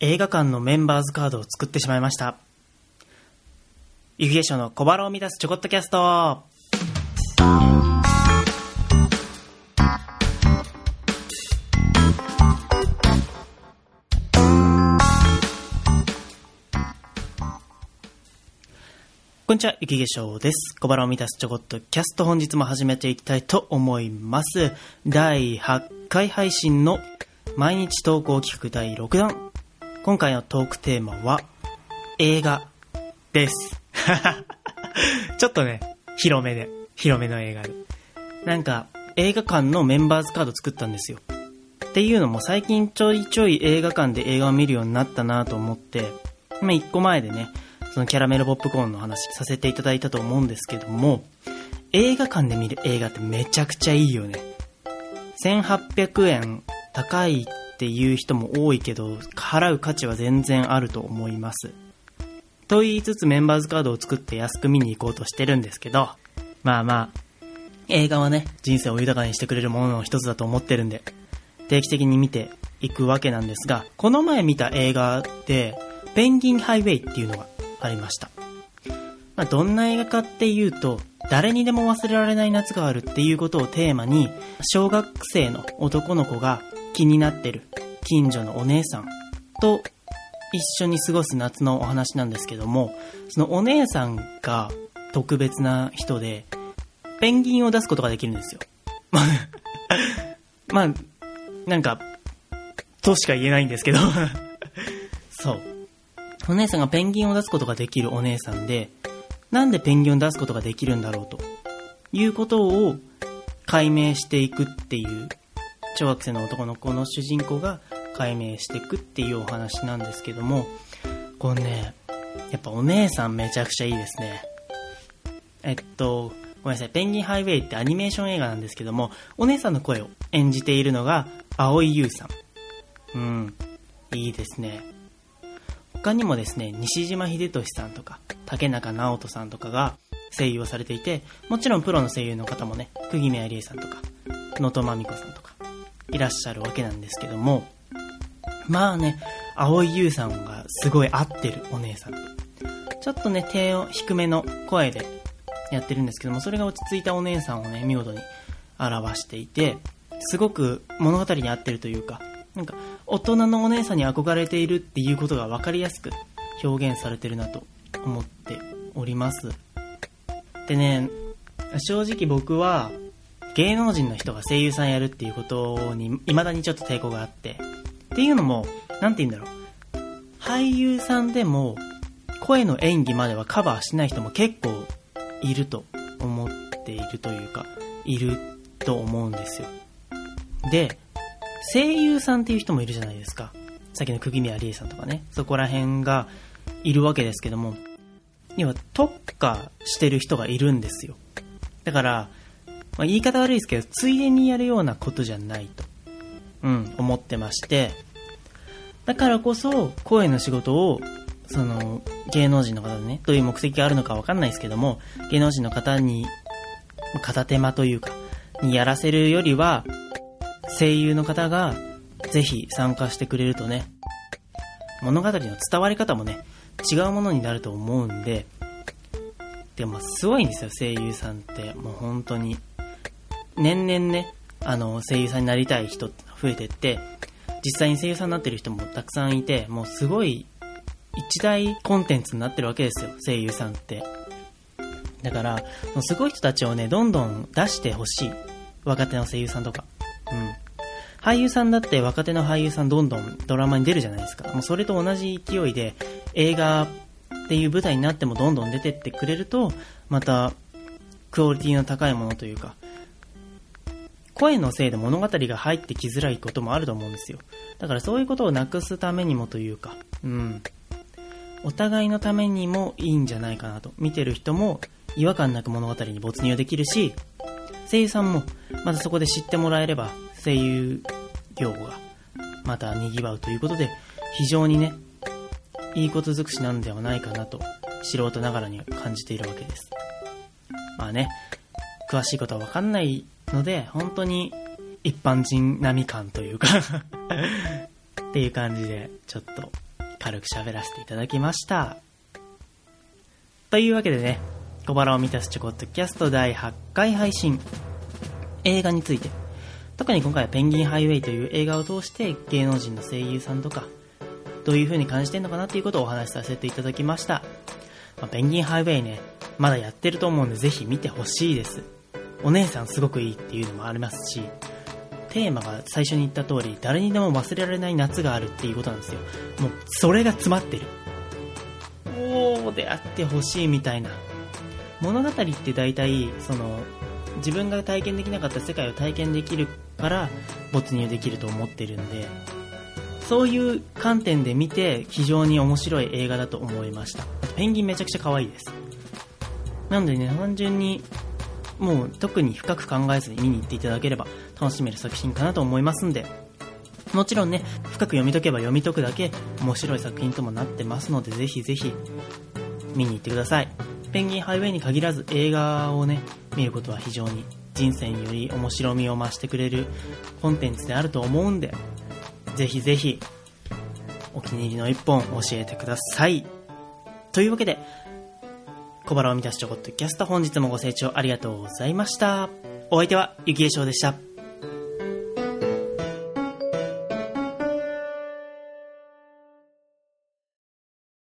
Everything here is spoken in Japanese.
映画館のメンバーズカードを作ってしまいました。雪化粧の小腹を満たすちょこっとキャスト。こんにちは、雪化粧です。小腹を満たすちょこっとキャスト、本日も始めていきたいと思います。第8回配信の毎日投稿企画第6弾。今回のトークテーマは映画です。ちょっとね、広めの映画で。なんか映画館のメンバーズカード作ったんですよ。っていうのも最近ちょいちょい映画館で映画を見るようになったなと思って、1個前でね、そのキャラメルポップコーンの話させていただいたと思うんですけども、映画館で見る映画ってめちゃくちゃいいよね。1800円高いっていう人も多いけど、払う価値は全然あると思います。と言いつつメンバーズカードを作って安く見に行こうとしてるんですけど、映画はね、人生を豊かにしてくれるものの一つだと思ってるんで、定期的に見ていくわけなんですが、この前見た映画でペンギンハイウェイっていうのがありました。どんな映画かっていうと、誰にでも忘れられない夏があるっていうことをテーマに、小学生の男の子が気になってる近所のお姉さんと一緒に過ごす夏のお話なんですけども、そのお姉さんが特別な人でペンギンを出すことができるんですよ。なんかとしか言えないんですけどそう、お姉さんがペンギンを出すことができるお姉さんで、なんでペンギンを出すことができるんだろうということを解明していくっていう、小学生の男の子の主人公が解明していくっていうお話なんですけども、これね、やっぱお姉さんめちゃくちゃいいですね。ごめんなさい、ペンギンハイウェイってアニメーション映画なんですけども、お姉さんの声を演じているのが蒼井優さん。いいですね。他にもですね、西島秀俊さんとか竹中直人さんとかが声優をされていて、もちろんプロの声優の方もね、釘宮理恵さんとか能登まみこさんとかいらっしゃるわけなんですけども、蒼井優さんがすごい合ってるお姉さん。ちょっとね、低音低めの声でやってるんですけども、それが落ち着いたお姉さんをね、見事に表していて、すごく物語に合ってるというか、なんか大人のお姉さんに憧れているっていうことが分かりやすく表現されてるなと思っております。でね、正直僕は芸能人の人が声優さんやるっていうことに未だにちょっと抵抗があって、っていうのも、なんて言うんだろう、俳優さんでも声の演技まではカバーしない人も結構いると思っているというか、いると思うんですよ。で、声優さんっていう人もいるじゃないですか。さっきの釘宮理恵さんとかね、そこら辺がいるわけですけども、要は特化してる人がいるんですよ。だから、言い方悪いですけど、ついでにやるようなことじゃないと、思ってまして、だからこそ声の仕事をその芸能人の方でね、どういう目的があるのかわかんないですけども、芸能人の方に片手間というかにやらせるよりは、声優の方がぜひ参加してくれるとね、物語の伝わり方もね、違うものになると思うんで、でもすごいんですよ、声優さんって。もう本当に年々ね、声優さんになりたい人増えてって、実際に声優さんになってる人もたくさんいて、もうすごい一大コンテンツになってるわけですよ、声優さんって。だからすごい人たちをね、どんどん出してほしい。若手の声優さんとか、俳優さんだって若手の俳優さんどんどんドラマに出るじゃないですか。もうそれと同じ勢いで映画っていう舞台になってもどんどん出てってくれると、またクオリティの高いものというか、声のせいで物語が入ってきづらいこともあると思うんですよ。だからそういうことをなくすためにもというか、お互いのためにもいいんじゃないかなと。見てる人も違和感なく物語に没入できるし、声優さんもまたそこで知ってもらえれば声優業がまた賑わうということで、非常にね、いいこと尽くしなんではないかなと素人ながらに感じているわけです。詳しいことは分かんないので、本当に一般人並み感というかっていう感じでちょっと軽く喋らせていただきました。というわけでね、小腹を満たすチョコットキャスト第8回配信、映画について、特に今回はペンギンハイウェイという映画を通して芸能人の声優さんとかどういう風に感じてるのかなっていうことをお話しさせていただきました。ペンギンハイウェイね、まだやってると思うんでぜひ見てほしいです。お姉さんすごくいいっていうのもありますし、テーマが最初に言った通り、誰にでも忘れられない夏があるっていうことなんですよ。もうそれが詰まってる。であってほしいみたいな物語って大体自分が体験できなかった世界を体験できるから没入できると思ってるんで、そういう観点で見て非常に面白い映画だと思いました。ペンギンめちゃくちゃ可愛いです。なのでね、単純にもう特に深く考えずに見に行っていただければ楽しめる作品かなと思いますんで、もちろんね、深く読み解けば読み解くだけ面白い作品ともなってますので、ぜひぜひ見に行ってください。ペンギンハイウェイに限らず映画をね、見ることは非常に人生により面白みを増してくれるコンテンツであると思うんで、ぜひぜひお気に入りの一本教えてください。というわけで、小腹を満たすチョコットキャスト、本日もご清聴ありがとうございました。お相手はゆきえしょうでした。